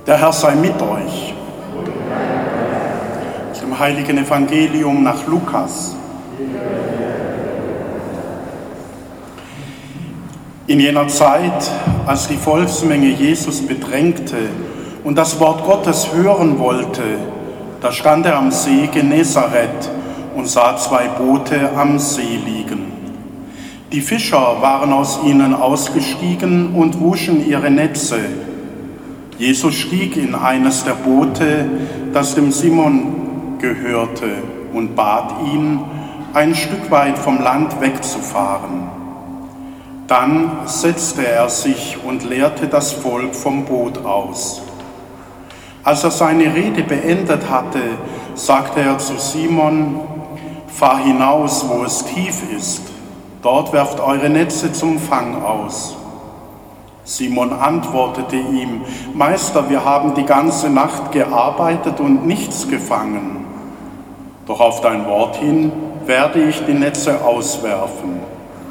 Der Herr sei mit euch. Aus dem heiligen Evangelium nach Lukas. In jener Zeit, als die Volksmenge Jesus bedrängte und das Wort Gottes hören wollte, da stand er am See Genezareth und sah 2 Boote am See liegen. Die Fischer waren aus ihnen ausgestiegen und wuschen ihre Netze. Jesus stieg in eines der Boote, das dem Simon gehörte, und bat ihn, ein Stück weit vom Land wegzufahren. Dann setzte er sich und lehrte das Volk vom Boot aus. Als er seine Rede beendet hatte, sagte er zu Simon: Fahr hinaus, wo es tief ist, dort werft eure Netze zum Fang aus. Simon antwortete ihm: Meister, wir haben die ganze Nacht gearbeitet und nichts gefangen. Doch auf dein Wort hin werde ich die Netze auswerfen.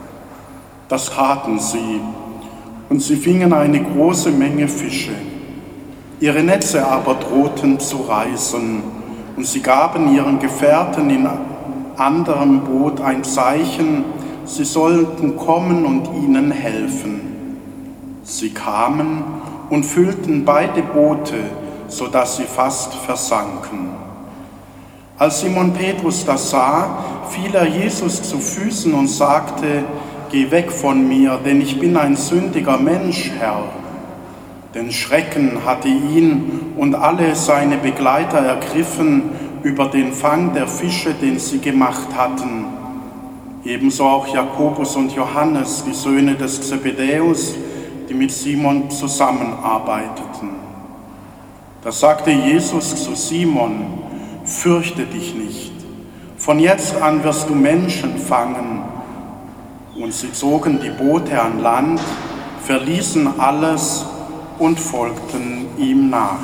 Das taten sie, und sie fingen eine große Menge Fische. Ihre Netze aber drohten zu reißen, und sie gaben ihren Gefährten in anderem Boot ein Zeichen, sie sollten kommen und ihnen helfen. Sie kamen und füllten beide Boote, sodass sie fast versanken. Als Simon Petrus das sah, fiel er Jesus zu Füßen und sagte: Geh weg von mir, denn ich bin ein sündiger Mensch, Herr. Denn Schrecken hatte ihn und alle seine Begleiter ergriffen über den Fang der Fische, den sie gemacht hatten. Ebenso auch Jakobus und Johannes, die Söhne des Zebedäus, die mit Simon zusammenarbeiteten. Da sagte Jesus zu Simon: Fürchte dich nicht, von jetzt an wirst du Menschen fangen. Und sie zogen die Boote an Land, verließen alles und folgten ihm nach.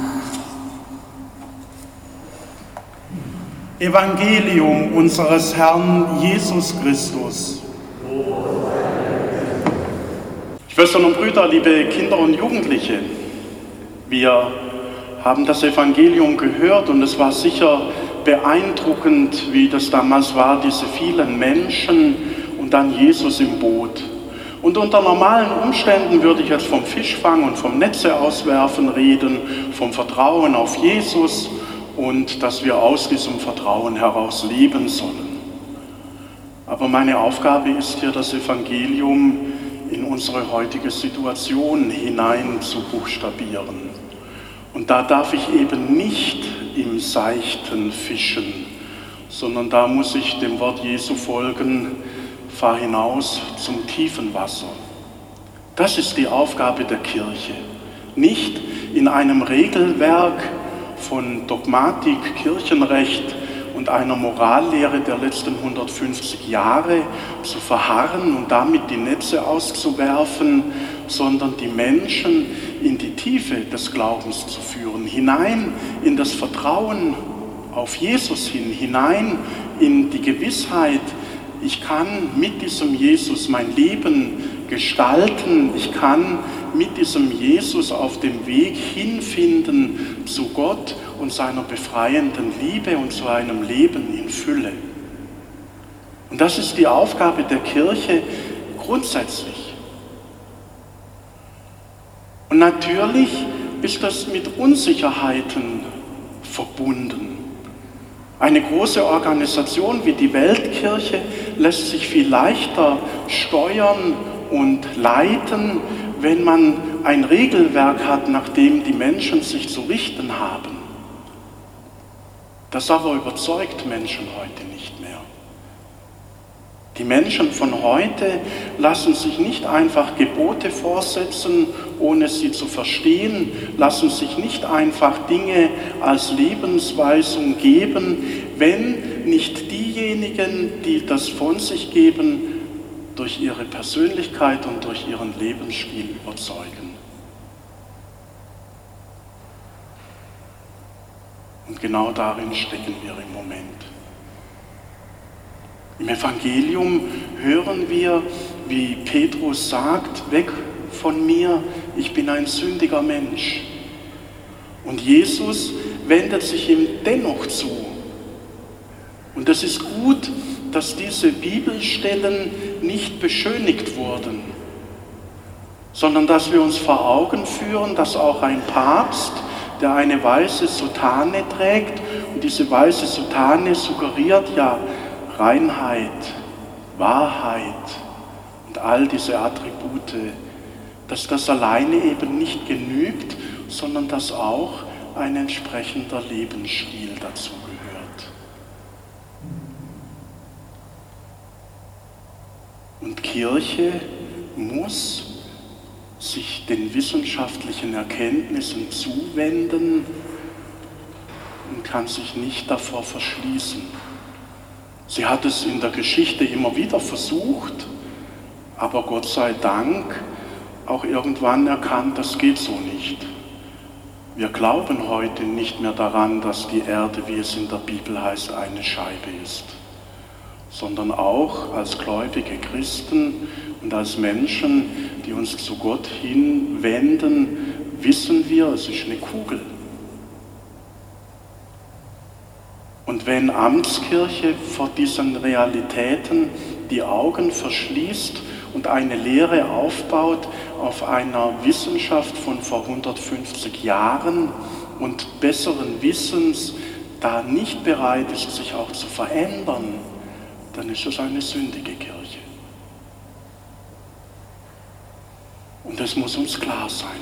Evangelium unseres Herrn Jesus Christus. Schwestern und Brüder, liebe Kinder und Jugendliche, wir haben das Evangelium gehört und es war sicher beeindruckend, wie das damals war, diese vielen Menschen und dann Jesus im Boot. Und unter normalen Umständen würde ich jetzt vom Fischfang und vom Netze auswerfen reden, vom Vertrauen auf Jesus und dass wir aus diesem Vertrauen heraus leben sollen. Aber meine Aufgabe ist hier, das Evangelium in unsere heutige Situation hinein zu buchstabieren. Und da darf ich eben nicht im Seichten fischen, sondern da muss ich dem Wort Jesu folgen: Fahr hinaus zum tiefen Wasser. Das ist die Aufgabe der Kirche. Nicht in einem Regelwerk von Dogmatik, Kirchenrecht und einer Morallehre der letzten 150 Jahre zu verharren und damit die Netze auszuwerfen, sondern die Menschen in die Tiefe des Glaubens zu führen, hinein in das Vertrauen auf Jesus hin, hinein in die Gewissheit, ich kann mit diesem Jesus mein Leben gestalten, ich kann mit diesem Jesus auf dem Weg hinfinden zu Gott und seiner befreienden Liebe und zu einem Leben in Fülle. Und das ist die Aufgabe der Kirche grundsätzlich. Und natürlich ist das mit Unsicherheiten verbunden. Eine große Organisation wie die Weltkirche lässt sich viel leichter steuern und leiten, wenn man ein Regelwerk hat, nach dem die Menschen sich zu richten haben. Das aber überzeugt Menschen heute nicht mehr. Die Menschen von heute lassen sich nicht einfach Gebote vorsetzen, ohne sie zu verstehen, lassen sich nicht einfach Dinge als Lebensweisung geben, wenn nicht diejenigen, die das von sich geben, durch ihre Persönlichkeit und durch ihren Lebensstil überzeugen. Und genau darin stecken wir im Moment. Im Evangelium hören wir, wie Petrus sagt: Weg von mir, ich bin ein sündiger Mensch. Und Jesus wendet sich ihm dennoch zu. Und es ist gut, dass diese Bibelstellen nicht beschönigt wurden, sondern dass wir uns vor Augen führen, dass auch ein Papst, der eine weiße Soutane trägt, und diese weiße Soutane suggeriert ja Reinheit, Wahrheit und all diese Attribute, dass das alleine eben nicht genügt, sondern dass auch ein entsprechender Lebensstil dazu gehört. Und Kirche muss sich den wissenschaftlichen Erkenntnissen zuwenden und kann sich nicht davor verschließen. Sie hat es in der Geschichte immer wieder versucht, aber Gott sei Dank auch irgendwann erkannt, das geht so nicht. Wir glauben heute nicht mehr daran, dass die Erde, wie es in der Bibel heißt, eine Scheibe ist, sondern auch als gläubige Christen und als Menschen, die uns zu Gott hinwenden, wissen wir, es ist eine Kugel. Und wenn Amtskirche vor diesen Realitäten die Augen verschließt und eine Lehre aufbaut auf einer Wissenschaft von vor 150 Jahren und besseren Wissens, da nicht bereit ist, sich auch zu verändern, dann ist es eine sündige Kirche. Und das muss uns klar sein.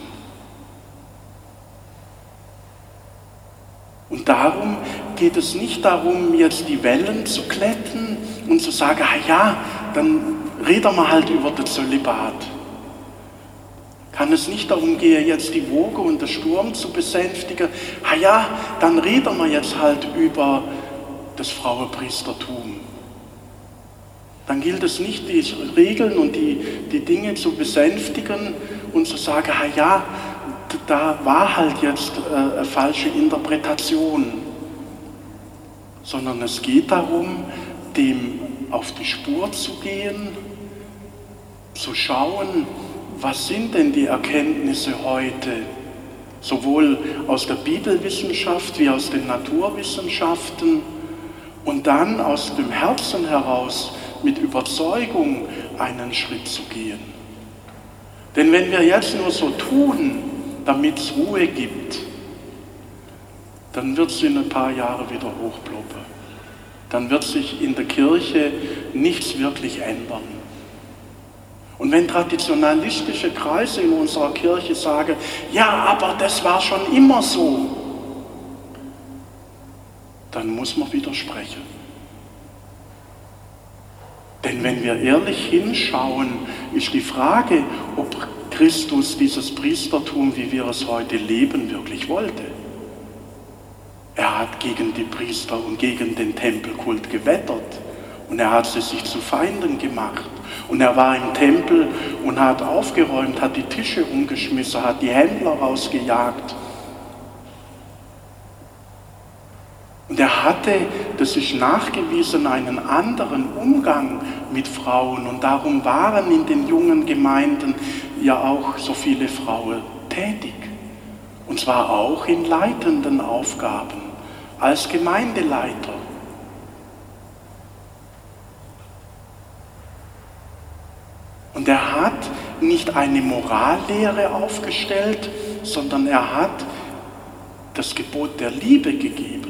Und darum geht es nicht darum, jetzt die Wellen zu glätten und zu sagen, ja, dann reden wir halt über das Zölibat. Kann es nicht darum gehen, jetzt die Woge und den Sturm zu besänftigen, ja, dann reden wir jetzt halt über das Frauenpriestertum. Dann gilt es nicht, die Regeln und die Dinge zu besänftigen und zu sagen, ja, da war halt jetzt eine falsche Interpretation. Sondern es geht darum, dem auf die Spur zu gehen, zu schauen, was sind denn die Erkenntnisse heute, sowohl aus der Bibelwissenschaft wie aus den Naturwissenschaften, und dann aus dem Herzen heraus mit Überzeugung einen Schritt zu gehen. Denn wenn wir jetzt nur so tun, damit es Ruhe gibt, dann wird es in ein paar Jahren wieder hochploppen. Dann wird sich in der Kirche nichts wirklich ändern. Und wenn traditionalistische Kreise in unserer Kirche sagen, ja, aber das war schon immer so, dann muss man widersprechen. Denn wenn wir ehrlich hinschauen, ist die Frage, ob Christus dieses Priestertum, wie wir es heute leben, wirklich wollte. Er hat gegen die Priester und gegen den Tempelkult gewettert und er hat sie sich zu Feinden gemacht. Und er war im Tempel und hat aufgeräumt, hat die Tische umgeschmissen, hat die Händler rausgejagt. Und er hatte, das ist nachgewiesen, einen anderen Umgang mit Frauen. Und darum waren in den jungen Gemeinden ja auch so viele Frauen tätig. Und zwar auch in leitenden Aufgaben, als Gemeindeleiter. Und er hat nicht eine Morallehre aufgestellt, sondern er hat das Gebot der Liebe gegeben.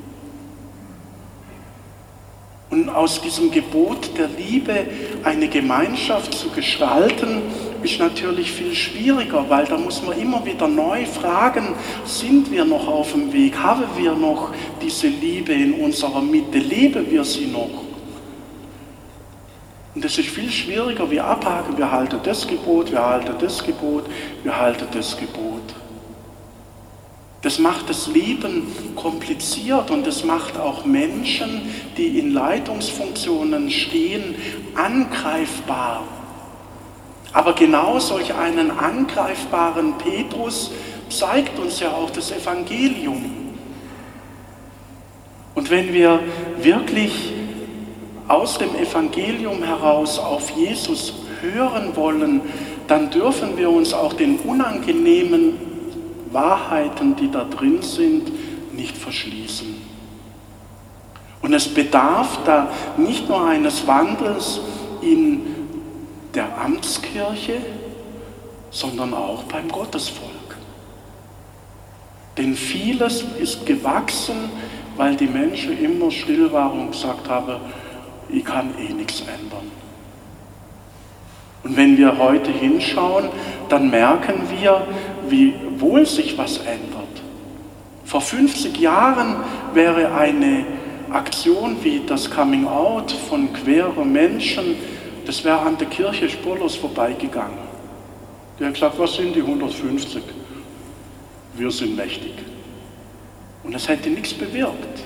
Und aus diesem Gebot der Liebe eine Gemeinschaft zu gestalten, ist natürlich viel schwieriger, weil da muss man immer wieder neu fragen, sind wir noch auf dem Weg, haben wir noch diese Liebe in unserer Mitte, leben wir sie noch? Und das ist viel schwieriger wie abhaken, wir halten das Gebot, wir halten das Gebot, wir halten das Gebot. Das macht das Leben kompliziert und das macht auch Menschen, die in Leitungsfunktionen stehen, angreifbar. Aber genau solch einen angreifbaren Petrus zeigt uns ja auch das Evangelium. Und wenn wir wirklich aus dem Evangelium heraus auf Jesus hören wollen, dann dürfen wir uns auch den unangenehmen Wahrheiten, die da drin sind, nicht verschließen. Und es bedarf da nicht nur eines Wandels in der Amtskirche, sondern auch beim Gottesvolk. Denn vieles ist gewachsen, weil die Menschen immer still waren und gesagt haben, ich kann eh nichts ändern. Und wenn wir heute hinschauen, dann merken wir, wie wohl sich was ändert. Vor 50 Jahren wäre eine Aktion wie das Coming Out von queeren Menschen, das wäre an der Kirche spurlos vorbeigegangen. Die haben gesagt, was sind die 150? Wir sind mächtig. Und das hätte nichts bewirkt.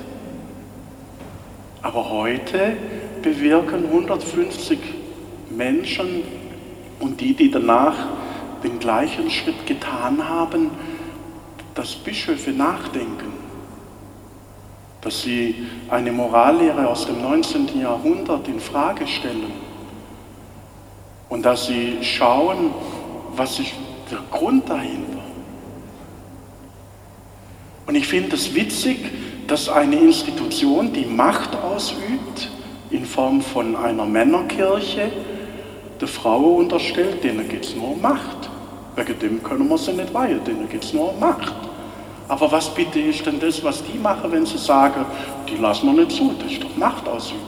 Aber heute bewirken 150 Menschen und die danach den gleichen Schritt getan haben, dass Bischöfe nachdenken, dass sie eine Morallehre aus dem 19. Jahrhundert in Frage stellen und dass sie schauen, was ist der Grund dahinter. Und ich finde es witzig, dass eine Institution, die Macht ausübt, in Form von einer Männerkirche, der Frau unterstellt, denen geht es nur um Macht. Wegen dem können wir sie nicht weihen, denen geht es nur um Macht. Aber was bitte ist denn das, was die machen, wenn sie sagen, die lassen wir nicht zu, das ist doch Machtausübung.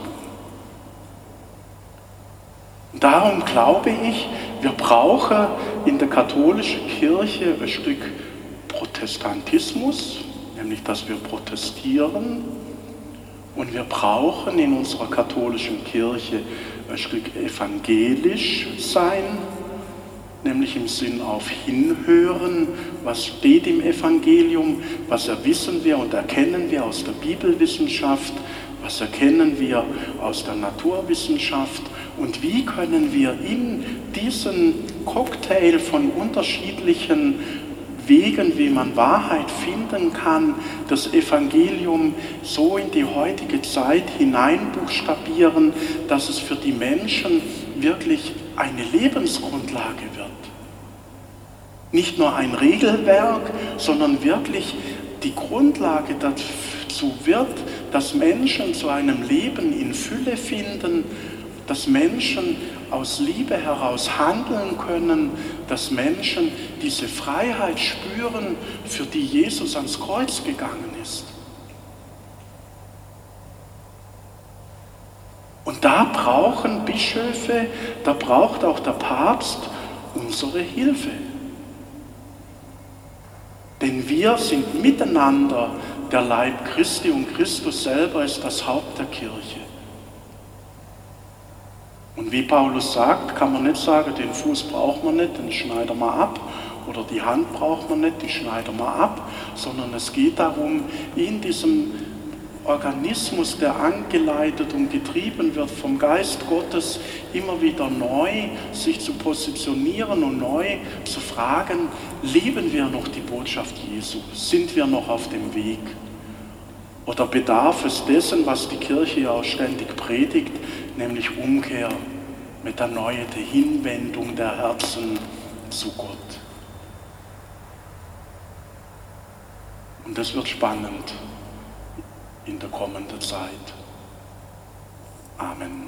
Und darum glaube ich, wir brauchen in der katholischen Kirche ein Stück Protestantismus, nämlich dass wir protestieren, und wir brauchen in unserer katholischen Kirche ein Stück evangelisch sein, nämlich im Sinn auf Hinhören, was steht im Evangelium, was wissen wir und erkennen wir aus der Bibelwissenschaft, was erkennen wir aus der Naturwissenschaft und wie können wir in diesen Cocktail von unterschiedlichen Wegen, wie man Wahrheit finden kann, das Evangelium so in die heutige Zeit hineinbuchstabieren, dass es für die Menschen wirklich eine Lebensgrundlage wird. Nicht nur ein Regelwerk, sondern wirklich die Grundlage dazu wird, dass Menschen zu einem Leben in Fülle finden, dass Menschen aus Liebe heraus handeln können, dass Menschen diese Freiheit spüren, für die Jesus ans Kreuz gegangen ist. Und da brauchen Bischöfe, da braucht auch der Papst unsere Hilfe. Denn wir sind miteinander der Leib Christi und Christus selber ist das Haupt der Kirche. Und wie Paulus sagt, kann man nicht sagen, den Fuß braucht man nicht, den schneiden wir ab, oder die Hand braucht man nicht, die schneiden wir ab, sondern es geht darum, in diesem Organismus, der angeleitet und getrieben wird vom Geist Gottes, immer wieder neu sich zu positionieren und neu zu fragen, leben wir noch die Botschaft Jesu? Sind wir noch auf dem Weg? Oder bedarf es dessen, was die Kirche ja auch ständig predigt, nämlich Umkehr, mit erneuerter Hinwendung der Herzen zu Gott? Und das wird spannend in der kommenden Zeit. Amen.